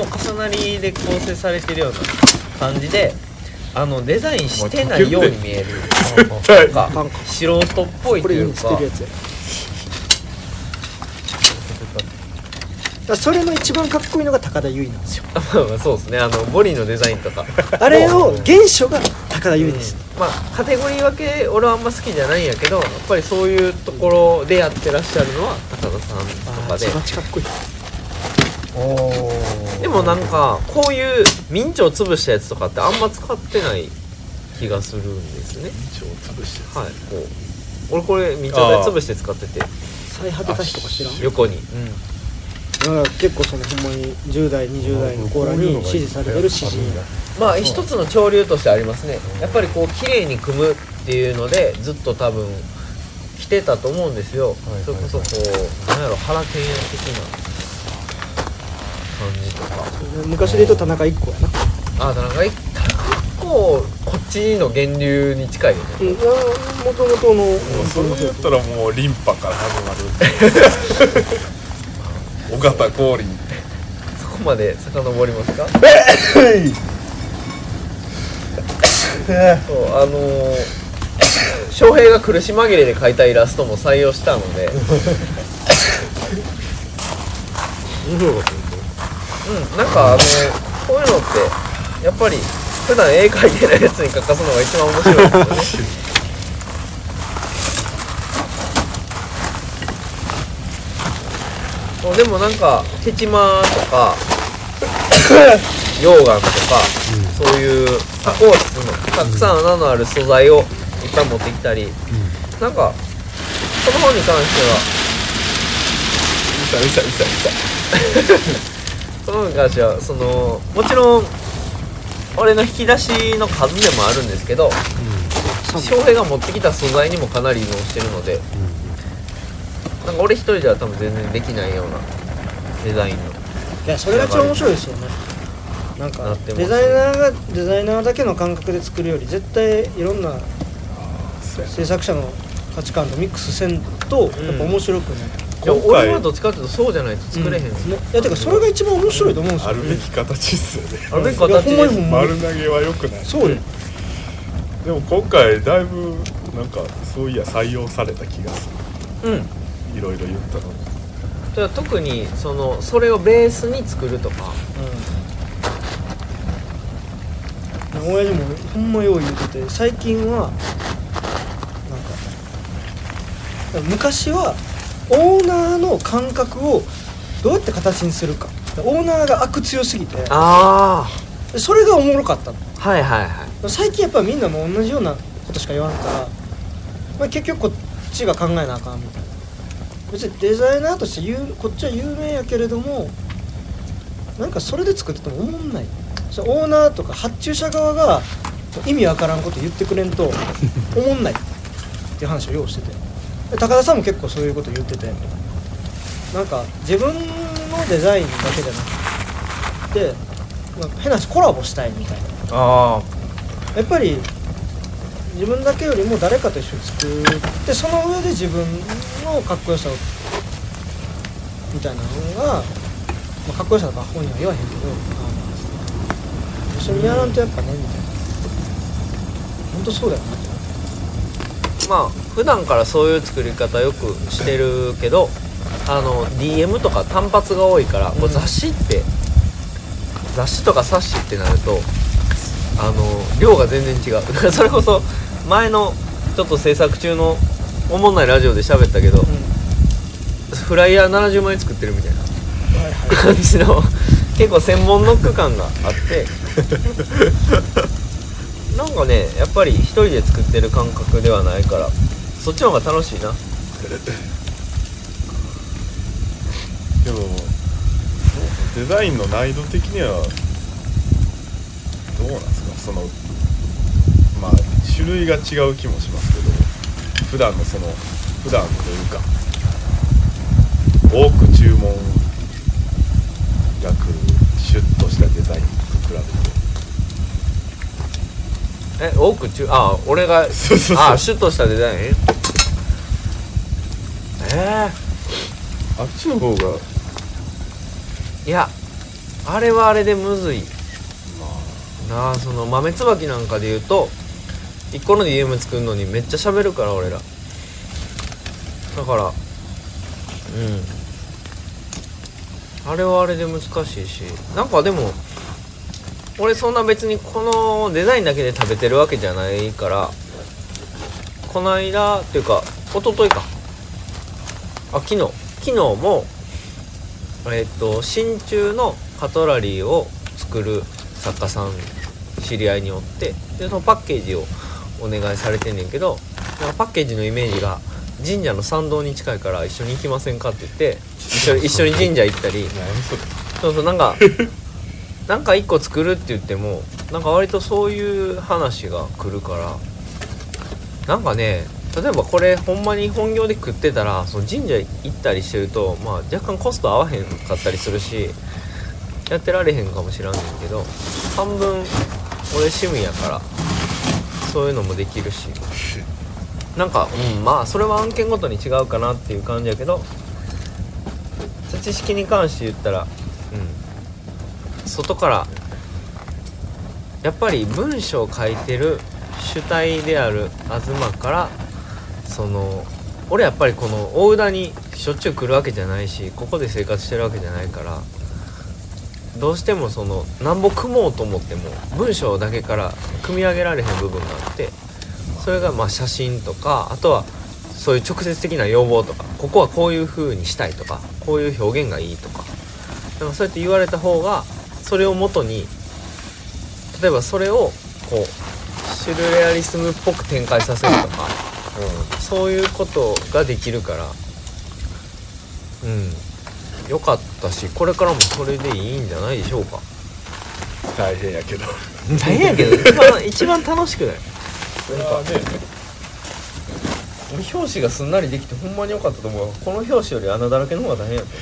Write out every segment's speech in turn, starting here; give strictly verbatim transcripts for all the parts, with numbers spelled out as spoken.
の重なりで構成されてるような感じで、あのデザインしてないように見えるなんか素人っぽいというか、 それの一番かっこいいのが高田優衣なんですよそうですね、あのボディのデザインとかあれの原初が高田優衣です、 うん、まあカテゴリー分け俺はあんま好きじゃないんやけど、やっぱりそういうところでやってらっしゃるのは高田さんとかで、 あーかっこいい。 でもなんかこういうミンチを潰したやつとかってあんま使ってない気がするんですね。ミンチを潰したやつ、はい、こう俺これミンチを潰して使ってて、 最果てた人とか知らん横に、うん、 だから結構そのほんまにじゅう代にじゅう代の子らに支持されてる詩人。 まあ一つの潮流としてありますね。やっぱりこう綺麗に組むっていうのでずっと多分来てたと思うんですよ、はいはいはい、それこそこうなんやろ原賢也的な感じとか。 昔で言うと田中一個やな。 あ、田中一個こっちの源流に近いよね。 うん、もともとのそれやったらもうリンパから始まる尾形降臨、 そこまで遡りますかそうあのー、翔平が苦し紛れで描いたイラストも採用したのでうん、なんかあのこういうのってやっぱり普段絵描いてないやつに描かすのが一番面白いですよねでもなんかヘチマとか溶岩とか、うん、そういう加工質のたくさん穴のある素材をいっぱい持ってきたり、うん、なんかこの本に関してはうさうさうさうさこの本に関してはそのもちろん俺の引き出しの数でもあるんですけど、翔、うん、平が持ってきた素材にもかなり依存してるので、うん、なんか俺一人では多分全然できないようなデザインの。 いやそれが一番面白いですよね。なんかデザイナーがデザイナーだけの感覚で作るより絶対いろんな制作者の価値観とミックスせんとやっぱ面白くね、 うん、いや俺はどっちかっていうとそうじゃないと作れへん、うん、 いやてかそれが一番面白いと思うんですよ、 うん、あるべき形っすよね。 あるべき形です。 丸投げは良くない。 そうよ。 でも今回だいぶなんかそういや採用された気がする。うん。いろいろ言ったのに。 じゃあ特にそのそれをベースに作るとか。 うん。親父もほんまよう言ってて、最近はなんか昔はオーナーの感覚をどうやって形にするか。オーナーが悪強すぎて。 ああ。それがおもろかったの。 はいはいはい。 最近やっぱみんなも同じようなことしか言わんから、まあ、結局こっちが考えなあかんみたいな。別にデザイナーとして有こっちは有名やけれどもなんかそれで作ってても思んない。そオーナーとか発注者側が意味わからんこと言ってくれんと思んないっていう話をようしてて、高田さんも結構そういうこと言ってて、なんか自分のデザインだけじゃなくてなんか変な話コラボしたいみたいな。 あやっぱり自分だけよりも誰かと一緒に作ってその上で自分のかっこよさをみたいなのが、まあ、かっこよさとか本人は言わへんけど、一緒にやらんとやっぱねみたいな。本当そうだよな。 まあ普段からそういう作り方よくしてるけど、あの ディーエム とか単発が多いから、うん、こう雑誌って雑誌とか冊子ってなるとあの量が全然違う。だからそれこそ前のちょっと制作中のおもんないラジオで喋ったけど、うん、フライヤーななじゅうまい作ってるみたいな感じの、はいはい、結構専門の区間があってなんかねやっぱり一人で作ってる感覚ではないからそっちの方が楽しいな。 でもデザインの難易度的にはどうなんですか。そのまあ種類が違う気もしますけど、普段のその普段というか多く注文が来るシュッとしたデザインと比べて、え多く注あ俺がそうそうそうあシュッとしたデザインえー、 あっちの方がいやああれはあれでむずいなあ。その豆椿なんかで言うといっこの ディーエム 作るのにめっちゃ喋るから俺らだからうんあれはあれで難しいし、なんかでも俺そんな別にこのデザインだけで食べてるわけじゃないから、この間っていうか一昨日かあ昨日昨日もえっと真鍮のカトラリーを作る作家さん知り合いにおって、でそのパッケージをお願いされてんねんけど、なんかパッケージのイメージが神社の参道に近いから一緒に行きませんかって言って一緒に一緒に神社行ったりそうそうなんかなんか一個作るって言ってもなんか割とそういう話が来るから、なんかね例えばこれほんまに本業で食ってたらその神社行ったりしてると、まあ、若干コスト合わへんかったりするしやってられへんかもしらんねんけど、半分俺趣味やからそういうのもできるし、なんか、うん、まあそれは案件ごとに違うかなっていう感じやけど、知識に関して言ったら、うん、外からやっぱり文章を書いてる主体である東からその俺やっぱりこの大宇田にしょっちゅう来るわけじゃないしここで生活してるわけじゃないから、どうしてもそのなんぼ組もうと思っても文章だけから組み上げられへん部分があって、それがまあ写真とかあとはそういう直接的な要望とか、ここはこういう風にしたいとかこういう表現がいいとか、なんかそうやって言われた方がそれを元に例えばそれをこうシュルレアリスムっぽく展開させるとか、うん、そういうことができるからうん良かったし、これからもそれでいいんじゃないでしょうか。 大変やけど大変やけど一番一番楽しくない。 それはね俺表紙がすんなりできてほんまに良かったと思う。この表紙より穴だらけの方が大変やった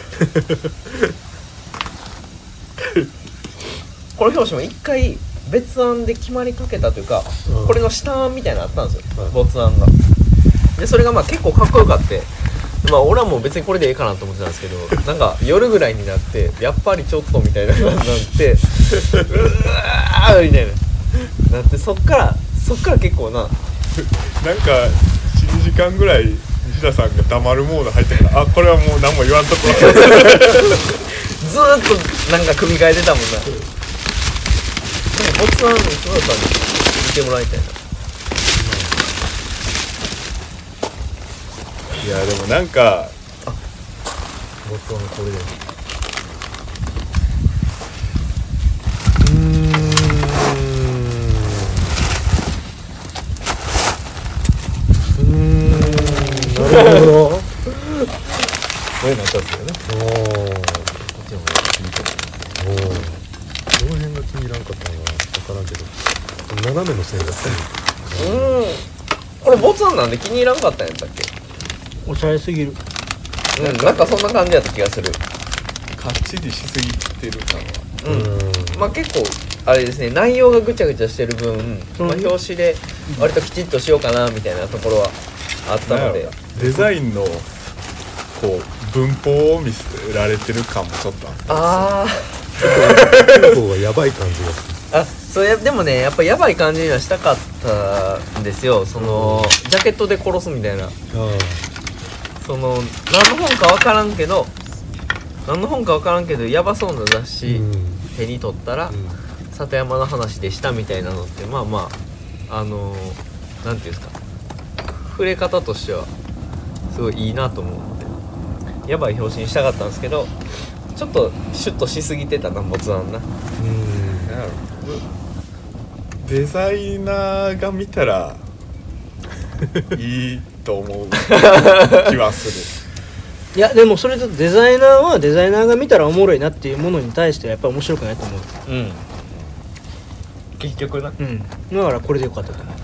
この表紙も一回別案で決まりかけたというか、うん、これの下案みたいなのあったんですよ、うん、没案が。でそれがまあ結構かっこよかって、まあ俺はもう別にこれでいいかなと思ってたんですけど、なんか夜ぐらいになってやっぱりちょっとみたいな感じになってうわーみたいななって、そっからそっから結構ななんかいちにじかんぐらい西田さんが黙るモード入ってから、あこれはもう何も言わんとこずーっとなんか組み替えてたもんな。でもボツワンの篠田さんに見てもらいたいな。 いやでもなんかあボツワンこれでうーんうーんなるほどこれになっちゃったよね。 おーこっちの方が気に入ったおーどの辺が気に入らんかったのか分からんけど斜めの線がついてる。 うーんこれボツワンなんで気に入らんかったんやったっけ。 おしゃれすぎる。 うん、なんかそんな感じやった気がする。 かっちりしすぎてる感はうんまあ結構あれですね、内容がぐちゃぐちゃしてる分、うんまあ、表紙で割ときちっとしようかなみたいなところはあったので、 デザインのこう文法を見せられてる感もちょっとああ結構やばい感じがする。 あそれでもねやっぱやばい感じにはしたかったんですよ。その、うん、ジャケットで殺すみたいな、あその何の本か分からんけど何の本か分からんけどやばそうな雑誌、うん、手に取ったら、うん、里山の話でしたみたいなのってまあまああのなんていうんですか触れ方としてはすごいいいなと思うのでやばい表紙にしたかったんですけどちょっとシュッとしすぎてたなボツワンな。うんデザイナーが見たらいいと思う気はする。いやでもそれとデザイナーはデザイナーが見たらおもろいなっていうものに対してはやっぱり面白くないと思う。 うん結局な、 うん、だからこれでよかったと思う、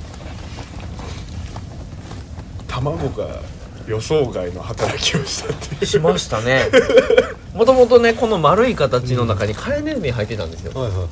うん、卵が予想外の働きをしたってしましたねもともとねこの丸い形の中にカエネズミ入ってたんですよ、うんはいはいはい、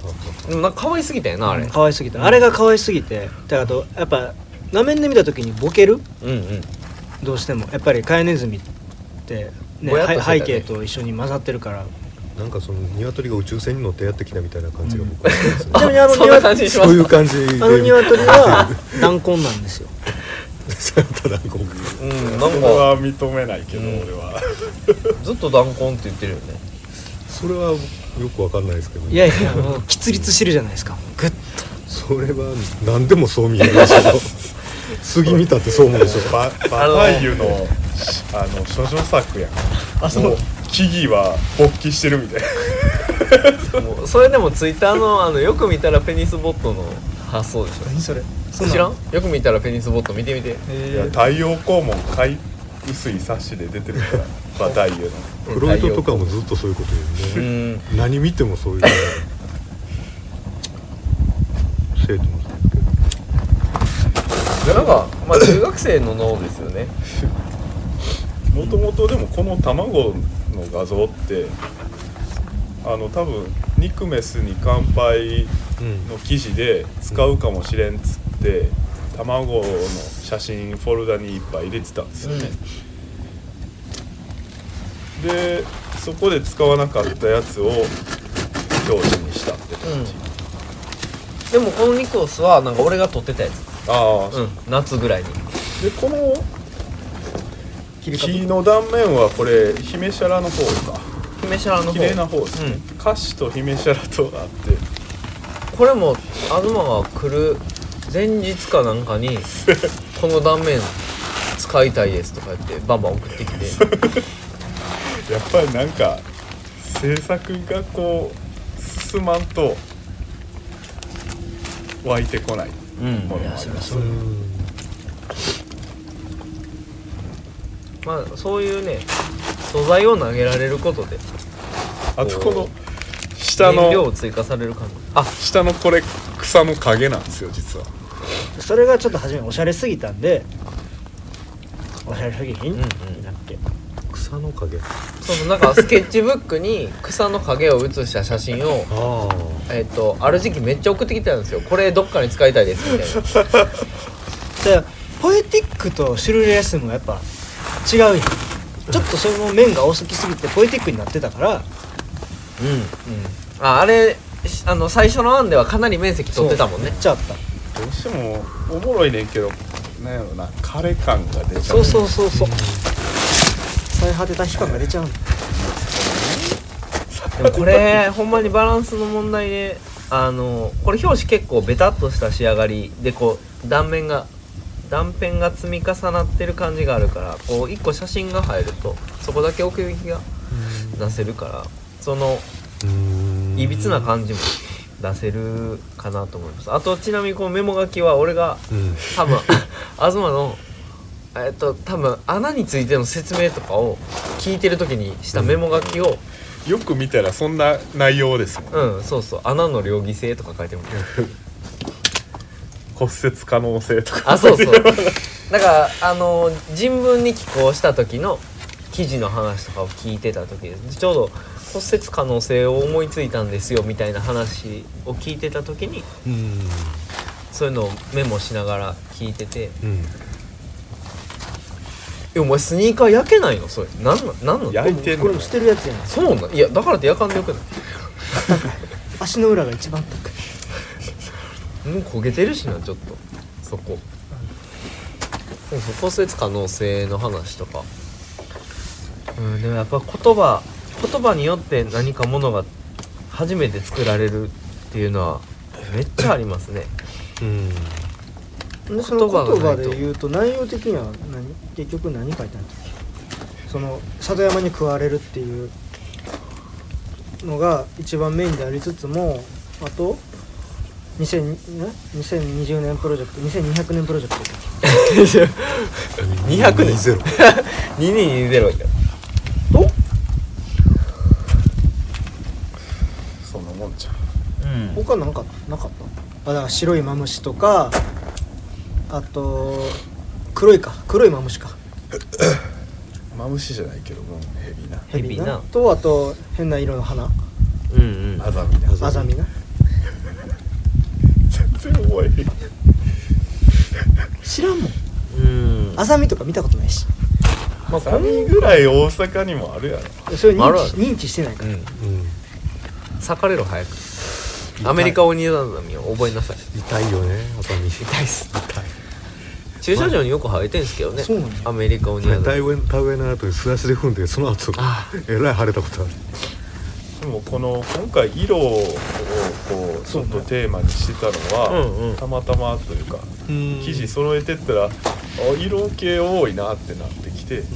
でもなんか可愛すぎたよなあれ、 うん、可愛すぎた、うん、あれが可愛すぎてだからとやっぱ画面で見た時にボケる、うんうん、どうしてもやっぱりカエネズミって、ね、ね背景と一緒に混ざってるからなんかその鶏が宇宙船に乗ってやってきたみたいな感じが僕はしますね、 ちなみにあのそんな感じにしまそうすいう感じであの鶏は弾痕なんですよ。 ただ今回うん、なんそれかは認めないけど、 うん俺はずっと弾痕って言ってるよね。 それはよくわかんないですけど、 いやいやもう喫立してるじゃないですか。グッとそれは何でもそう見えるでしょ杉見たってそう思うでしょババタイユのあの処女作やん。 あそうもう木々は勃起してるみたいな。 もうそれでもツイッターのあのよく見たらペニスボットの発想でし何それょ。知らん？よく見たらペニスボット見てみて。 いやえ太陽光も海薄い冊子で出てるからバタイユの。 フロイトとかもずっとそういうことう言うね、 ん。 何見てもそういう生徒もそうだけどなんかまあ中学生の脳ですよね。 もともとでもこの卵の画像ってあの多分肉メスに乾杯の記事で使うかもしれんっつって卵の写真フォルダにいっぱい入れてたんですよね、でそこで使わなかったやつを表紙にしたって感じ、 でもこのニクオスはなんか俺が撮ってたやつ。 ああ、 うん。夏ぐらいに。 でこの切り方木の断面はこれ姫シャラの方か姫シャラの方。 綺麗な方ですね、カシと姫シャラとあってこれも東が来る前日かなんかにこの断面使いたいですとか言ってバンバン送ってきてやっぱりなんか制作がこう進まんと湧いてこないうんものもあります、 まあそういうね素材を投げられることであとこの下の燃料を追加される感じ。あ、 下のこれ草の影なんですよ実は。 それがちょっと初めおしゃれすぎたんでおしゃれすぎひん、 うんうんなって草の影そうそう、なんかスケッチブックに草の影を写した写真をあえっとある時期めっちゃ送ってきてたんですよ。これどっかに使いたいですみたいな。 じゃあポエティックとシュルレアスムがやっぱ違うやん。ちょっとその面が多すぎすぎてポエティックになってたからうんうん。あ、あれあの最初の案ではかなり面積取ってたもんねめっ。ちゃあったどうしてもおもろいねんけどなんやろな枯れ感が出ちゃそううそうそうそう最果てた悲観が出ちゃうのでもこれほんまにバランスの問題で、あのこれ表紙結構ベタっとした仕上がりで、こう断面が断片が積み重なってる感じがあるから、こう一個写真が入るとそこだけ奥行きが出せるから、そのうんいびつな感じも出せるかなと思います。あとちなみにこのメモ書きは俺がうん多分東のえっと多分穴についての説明とかを聞いてる時にしたメモ書きを、 よく見たらそんな内容ですもん、ねうん、そうそう、穴の両義性とか書いてる骨折可能性とかあ、そうそうだからあの人文に寄稿した時の記事の話とかを聞いてた時で、ちょうど骨折可能性を思いついたんですよみたいな話を聞いてた時にうんそういうのをメモしながら聞いてて、 うんえ、お前スニーカー焼けないのそれ、なんなんなんなん焼いてんのこれも捨てるやつやん。 そうなん、いやだからって焼かんでよくない？ 足の裏が一番高い。 もう焦げてるしな、ちょっとそこ、そうそう、骨折可能性の話とか、うん、でもやっぱ言葉言葉によって何かものが初めて作られるっていうのはめっちゃありますね。 うんでその言葉がないと言葉で言うと内容的には何結局何書いてあるんだっけ。その里山に食われるっていうのが一番メインでありつつも、あとにせんにせんにじゅうねんプロジェクトにせんにひゃくねんプロジェクトにひゃくねんにじゅうにににゼロやからとそんなもんじゃん。 うん他なんかなかった。あ、だから白いマムシとか、あと黒いか黒いマムシかマムシじゃないけどもヘビなヘビなと、あと変な色の花うんうんアザミなアザミな全然覚えへん知らんもん。 うんアザミとか見たことないし、 まあアザミぐらい大阪にもあるやろ。 それ認知あるある認知してないから、 うんうん裂かれろ早く。アメリカ鬼ザザミを覚えなさい。 痛いよね熱海。 痛いっす。 痛い。 駐車場によく生えてんすけどね。 そうなんやアメリカ鬼ザザ田ミ。 植え田植えの後に素足で踏んでその後あえらい腫れたことある。 でもこの今回色をこうちょっとテーマにしてたのは、 うんうんたまたまというか生地揃えてったらあ色気多いなってなってきて、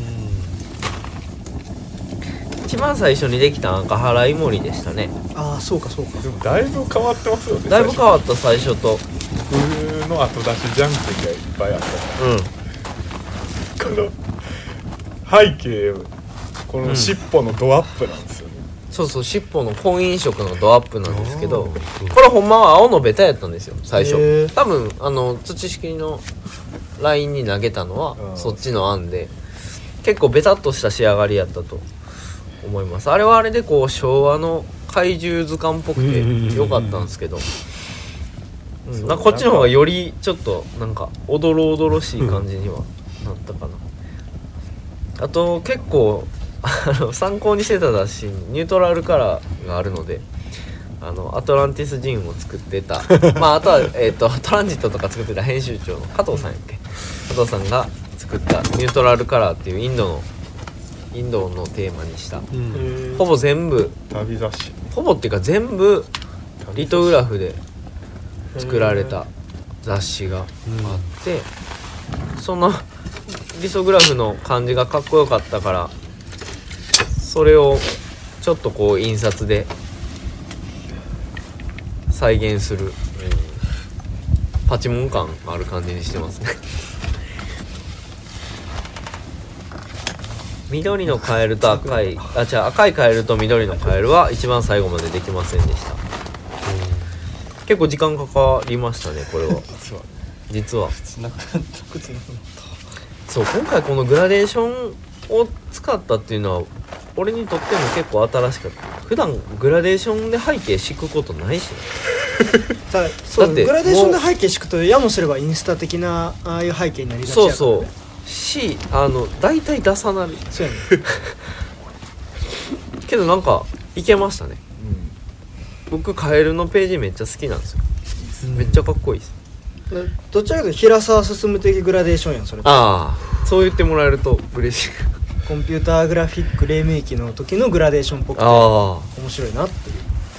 一番最初にできた赤原イモリでしたね。 ああそうかそうか。 でもだいぶ変わってますよね。 だいぶ変わった最初と。 僕の後出しじゃんけんがいっぱいあったから、 うん。 この背景この尻尾のドアップなんですよね、 そうそう、尻尾の婚姻色のドアップなんですけど、 あーこれほんまは青のベタやったんですよ最初。 へー多分あの土式のラインに投げたのはうんそっちの案で、結構ベタっとした仕上がりやったと思います。あれはあれでこう昭和の怪獣図鑑っぽくて良かったんですけど、うんそうなんかこっちの方がよりちょっとなんかおどろおどろしい感じにはなったかな。あと結構あの参考にしてた雑誌にニュートラルカラーがあるので、あのアトランティスジンを作ってたまああとは、えー、とトランジットとか作ってた編集長の加藤さんやっけ、加藤さんが作ったニュートラルカラーっていうインドのインドのテーマにしたうんほぼ全部旅雑誌ほぼっていうか全部リトグラフで作られた雑誌があって、そのリトグラフの感じがかっこよかったから、それをちょっとこう印刷で再現するパチモン感ある感じにしてますね緑のカエルと赤いあ違う赤いカエルと緑のカエルは一番最後までできませんでした。結構時間かかりましたねこれは実は実は。 なくなった靴なくなっそう今回このグラデーションを使ったっていうのは俺にとっても結構新しかった。普段グラデーションで背景敷くことないしねた。だそうだってグラデーションで背景敷くとやもすればインスタ的なああいう背景になりがちやから、ね、 そうそうしあの大体出さないそうやねけどなんかいけましたね。僕カエルのページめっちゃ好きなんですよ、うん、めっちゃかっこいいです。 どっちかというと平沢進的グラデーションやんそれ。 ああそう言ってもらえると嬉しいコンピューターグラフィック黎明期の時のグラデーションっぽくてああ面白いなっていう。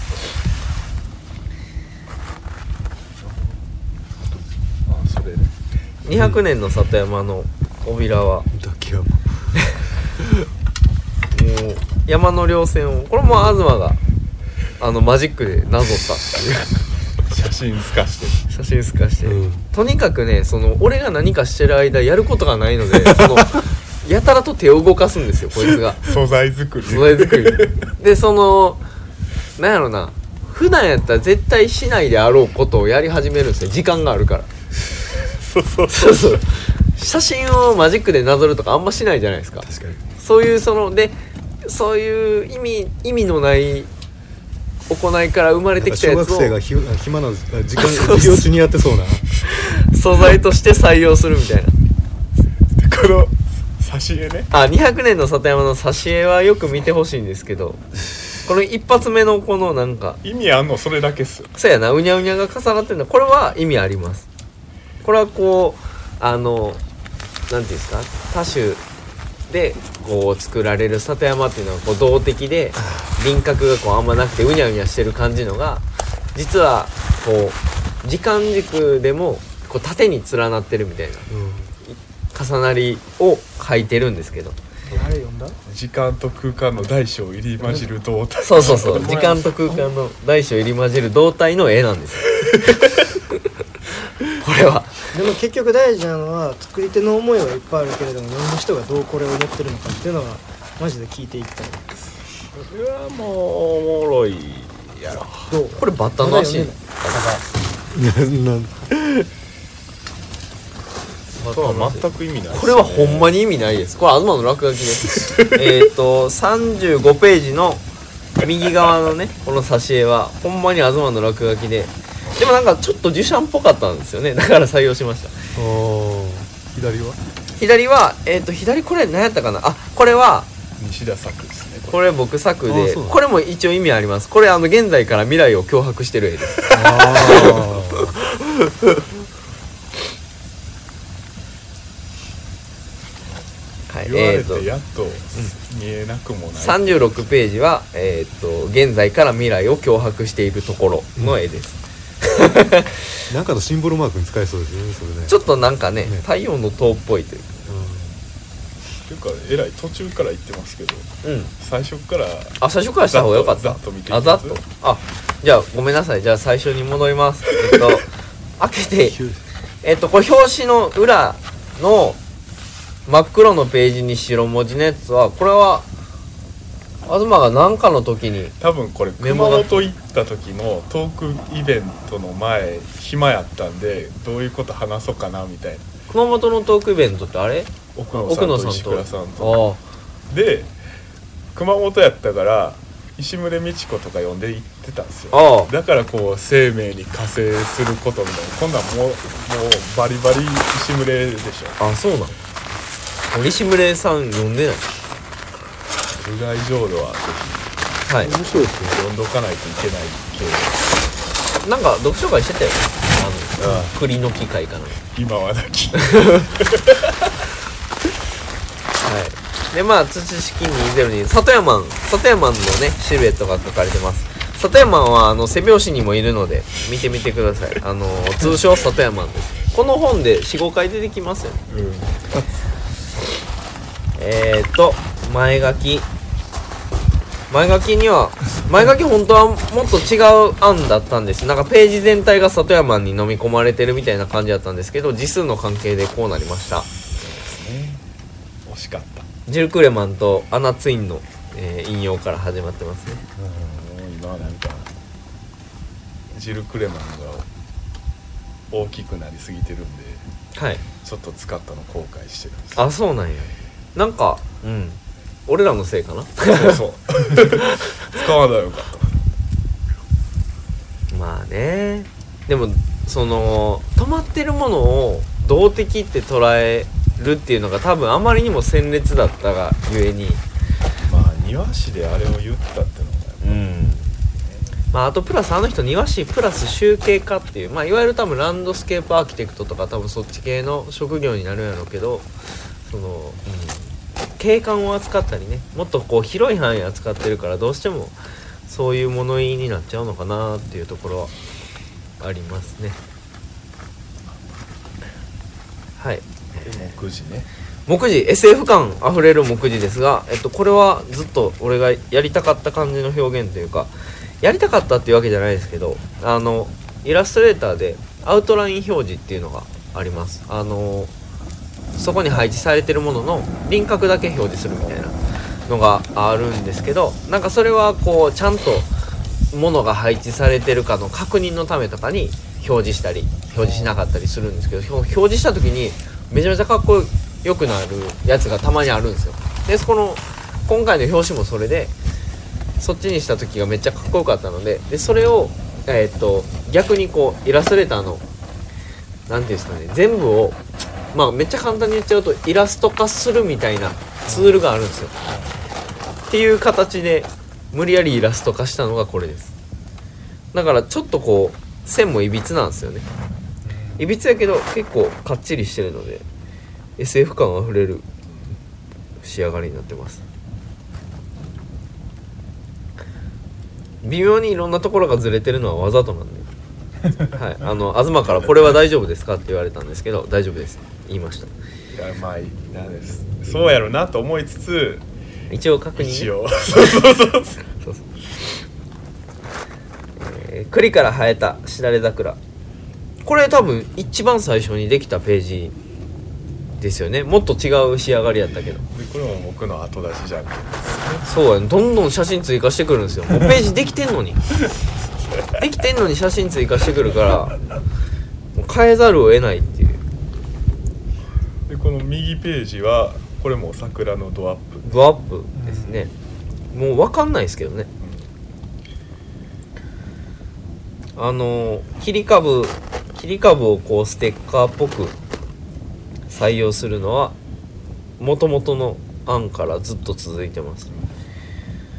あそれねにひゃくねんの里山のおびらはも抱き山う山の稜線をこれも東があのマジックでなぞったっていう写真透かして写真透かして、 うんとにかくねその俺が何かしてる間やることがないのでそのやたらと手を動かすんですよこいつが素材作り素材作りでそのなんやろな普段やったら絶対しないであろうことをやり始めるんですよ時間があるからそうそうそうそう写真をマジックでなぞるとかあんましないじゃないですか。 確かにそういうそのでそういう意味意味のない行いから生まれてきたやつを小学生がひ暇な時間授業中にやってそうな素材として採用するみたいな。 この挿絵ねあにひゃくねんの里山の挿絵はよく見てほしいんですけど、この一発目のこのなんか意味あんのそれだけっすよ。 そうやなうにゃうにゃが重なってるのこれは意味あります。これはこうあのなんていうんですか多種でこう作られる里山っていうのはこう動的で輪郭がこうあんまなくてうにゃうにゃしてる感じのが実はこう時間軸でもこう縦に連なってるみたいな重なりを描いてるんですけど、 あれ読んだ時間と空間の大小入り混じる動体。 そうそうそう時間と空間の大小入り混じる動体の絵なんですよこれはでも結局大事なのは作り手の思いはいっぱいあるけれども読む人がどうこれを思ってるのかっていうのはマジで聞いていきたい。 これはもうおもろいやろ。 どうこれバッタの足なんこれは全く意味ないですね。 これはほんまに意味ないです。これ東の落書きですえっとさんじゅうごページの右側のねこの挿絵はほんまに東の落書きで、でもなんかちょっとデュシャンっぽかったんですよね。だから採用しました。 あー左は左はえっと左これ何やったかなあこれは西田作ですね。ここれ僕作であーそうだこれも一応意味あります。これあの現在から未来を脅迫してる絵ですあはい言われえーとてやっと見えなくもない、 さんじゅうろくページは、えー、と現在から未来を脅迫しているところの絵です、 ーなんかのシンボルマークに使えそうですよねそれね。 ちょっとなんかねね太陽の塔っぽいというかっていうかえらい途中から言ってますけどうん最初からあ最初からした方がよかったざっとざっと見ていきあますざっとあじゃあごめんなさい。じゃあ最初に戻りますえっと開けてえっとこれ表紙の裏の真っ黒のページに白文字のやつはこれは東が何かの時に多分これメモが熊本行った時のトークイベントの前暇やったんでどういうこと話そうかなみたいな熊本のトークイベントってあれ奥野さんと石倉さんとあで熊本やったから石牟礼道子とか呼んで行ってたんですよ。 ああだからこう生命に加勢することみたいなこんなんもうもうバリバリ石牟礼でしょ。 あそうなの西村さん呼んでない部外浄土ははい面白いですね。 読んどかないといけない系なんか読書会してたよあのああ栗の木会かな今はなきはいでまあ土式にせんに里山ん里山のねシルエットが書かれてます。里山はあの背表紙にもいるので見てみてください。あの通称里山です。この本で よん,ご 回出てきますよね。 うんえーっと前書き前書きには前書き本当はもっと違う案だったんです。なんかページ全体が里山に飲み込まれてるみたいな感じだったんですけど字数の関係でこうなりました。 ね惜しかったジル・クレマンとアナ・ツインの、えー引用から始まってますね。 もう今はなんかジル・クレマンが大きくなりすぎてるんではいちょっと使ったの後悔してるんですよ。 あそうなんや。なんかうん俺らのせいかなそうそう使わないよかったまあねでもその止まってるものを動的って捉えるっていうのが多分あまりにも鮮烈だったがゆえにまあ庭師であれを言ったってのがうんまああとプラスあの人庭師プラス集計家っていうまあいわゆる多分ランドスケープアーキテクトとか多分そっち系の職業になるんやろうけどその、うん、景観を扱ったりねもっとこう広い範囲扱ってるからどうしてもそういう物言いになっちゃうのかなっていうところはありますね。はいで目次ね目次 エスエフ 感あふれる目次ですが、えっと、これはずっと俺がやりたかった感じの表現というかやりたかったっていうわけじゃないですけどあのイラストレーターでアウトライン表示っていうのがあります。あのそこに配置されてるものの輪郭だけ表示するみたいなのがあるんですけどなんかそれはこうちゃんとものが配置されてるかの確認のためとかに表示したり表示しなかったりするんですけど表示した時にめちゃめちゃかっこよくなるやつがたまにあるんですよ。でこの今回の表紙もそれでそっちにした時がめっちゃかっこよかったのででそれを、えー、っと逆にこうイラストレーターのなんていうんですかね全部をまあめっちゃ簡単に言っちゃうとイラスト化するみたいなツールがあるんですよ。っていう形で無理やりイラスト化したのがこれです。だからちょっとこう線もいびつなんですよね。いびつやけど結構かっちりしてるので エスエフ 感あふれる仕上がりになってます。微妙にいろんなところがずれてるのはわざとなんではい、あの東からこれは大丈夫ですかって言われたんですけど大丈夫です言いました。 いやまあなんですそうやろなと思いつつ一応確認ね一応そうそうそうそうそう、えー、栗から生えたしだれ桜これ多分一番最初にできたページですよね。もっと違う仕上がりやったけどでこれも僕の後出しじゃんけんですそうやねどんどん写真追加してくるんですよ。もうページできてんのにできてんのに写真追加してくるからもう変えざるを得ないっていう。 でこの右ページはこれも桜のドアップドアップですね、うん、もう分かんないですけどね、うん、あの切り株切り株をこうステッカーっぽく採用するのは元々の案からずっと続いてます。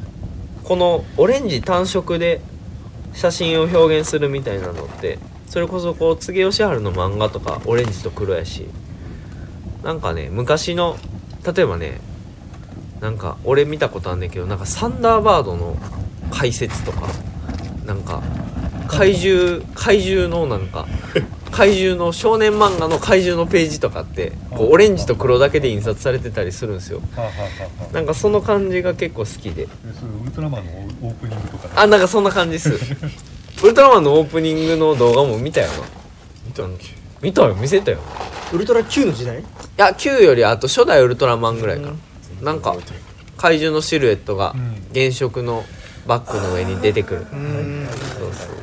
このオレンジ単色で写真を表現するみたいなのってそれこそこう柘植義治の漫画とかオレンジと黒やし、なんかね昔の例えばねなんか俺見たことあんねんけど、なんかサンダーバードの解説とかなんか怪獣怪獣のなんか怪獣の少年漫画の怪獣のページとかってこうオレンジと黒だけで印刷されてたりするんですよ。 はあはあはあ、 なんかその感じが結構好きで、 えそれウルトラマンのオープニングとかあなんかそんな感じですウルトラマンのオープニングの動画も見たよな。 見たっけ？ 見たよ見せたよ。 ウルトラ Q の時代？ いやきゅうよりあと初代ウルトラマンぐらいかな、うん、なんか怪獣のシルエットが原色のバッグの上に出てくる、 うん、 そうそうそう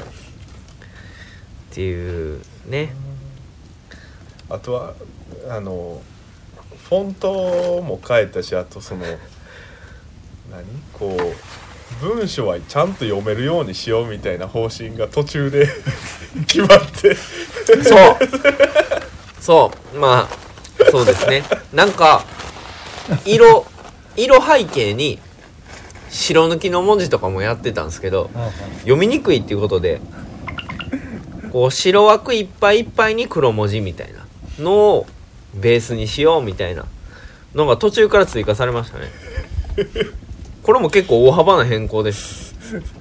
っていうね。 あとはあのフォントも変えたし、あとその何こう文章はちゃんと読めるようにしようみたいな方針が途中で決まってそうそうまあそうですね。なんか色色背景に白抜きの文字とかもやってたんですけど、読みにくいっていうことでこう白枠いっぱいいっぱいに黒文字みたいなのをベースにしようみたいなのが途中から追加されましたね。これも結構大幅な変更です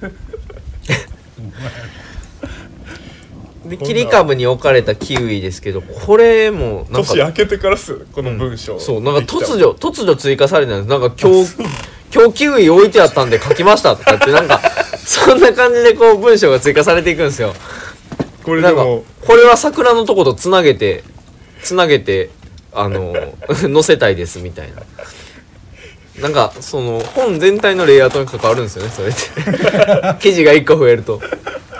で切り株に置かれたキウイですけど、これもなんか年明けてからっすこの文章、 うん、そうなんか突如突如追加されたんです。なんか今日今日キウイ置いてあったんで書きましたとかってなんかそんな感じでこう文章が追加されていくんですよ。 これでもなんかこれは桜のとことつなげてつなげてあの載せたいですみたいな、なんかその本全体のレイアウトに関わるんですよねそれって記事がいっこ増えると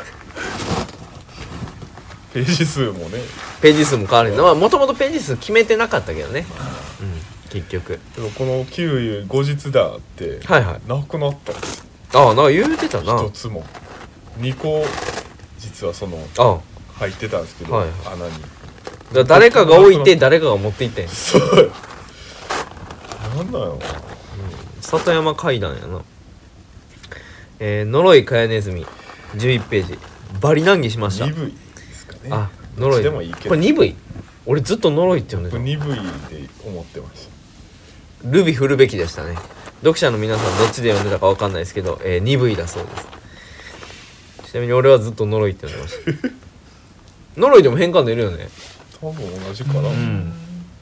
ページ数もねページ数も変わるんだ。まあもともとページ数決めてなかったけどね、うん、結局でもこのキウイ後日談ってはいはいなくなったんです。 ああなんか言うてたな。 一つもにこ実はそのあ入ってたんですけど、 はい穴にだから誰かが置いて誰かが持っていったんや。 そうなんだよ、 里山階段やな。えー、呪いかやネズミじゅういちページバリ難儀しました。 鈍いですかね。 あ呪いでもいいけどこれ鈍い。俺ずっと呪いって呼んでた。 鈍いで思ってましルビ振るべきでしたね。読者の皆さんどっちで読んでたか分かんないですけど、えー、鈍いだそうです。ちなみに俺はずっと呪いって呼んでました呪いでも変換出るよね。 た。多分同じかな、 うん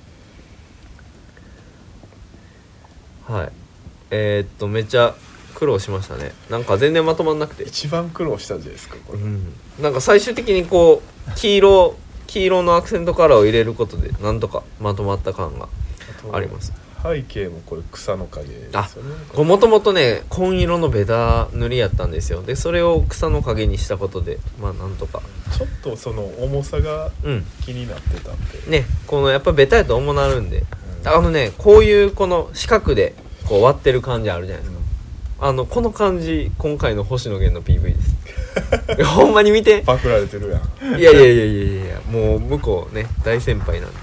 はいえー、っとめっちゃ苦労しましたね。なんか全然まとまんなくて、 一番苦労したんじゃないですかこれ、 うん、なんか最終的にこう黄色黄色のアクセントカラーを入れることでなんとかまとまった感があります。 背景もこれ草の陰ですよね。 もともとね紺色のベタ塗りやったんですよ。でそれを草の陰にしたことでまあなんとかちょっとその重さがうん気になってたんで、 ねこのやっぱベタやと重なるんで、 うんあのねこういうこの四角でこう割ってる感じあるじゃないですか、うん、あのこの感じ今回の星野源の ピーブイ ですほんまに見てパクられてるやん。 いやいやいやいやいやもう向こうね大先輩なんで。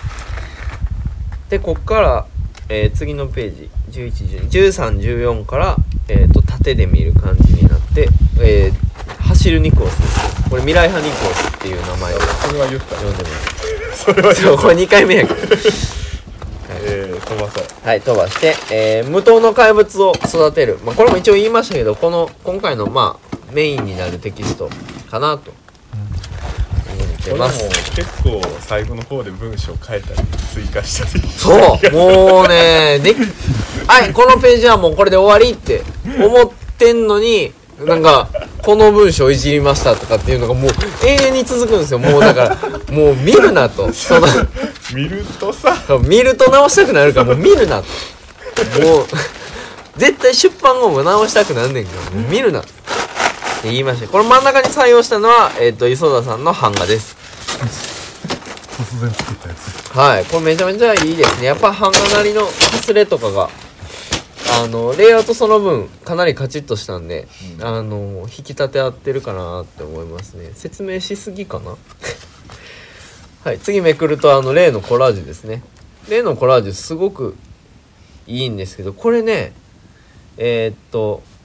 でこっから、えー、次のページじゅういち、じゅうさん、じゅうよんから、えー、と縦で見る感じになって、えー、走るニコースです。これ未来派ニコースっていう名前でそれは言った呼んでますそれはそうこれにかいめやからえー、飛ばそう。 はい飛ばして、えー、無糖の怪物を育てる、まあ、これも一応言いましたけどこの今回のまあメインになるテキストかなと思ってこれもます。 結構最後の方で文章変えたり追加したりそうもうねではいこのページはもうこれで終わりって思ってんのになんかこの文章いじりましたとかっていうのがもう永遠に続くんですよ。もうだからもう見るなとその見るとさ見ると直したくなるからもう見るなともう絶対出版後も直したくなんねんからもう見るなって言いました。これ真ん中に採用したのは、えー、と磯田さんの版画です。 突然作ったやつ。 はいこれめちゃめちゃいいですね。やっぱ版画なりのかすれとかがあのレイアウトその分かなりカチッとしたんで、うん、あの引き立て合ってるかなって思いますね。説明しすぎかなはい次めくるとあの例のコラージュですね。例のコラージュすごくいいんですけどこれねえー、っと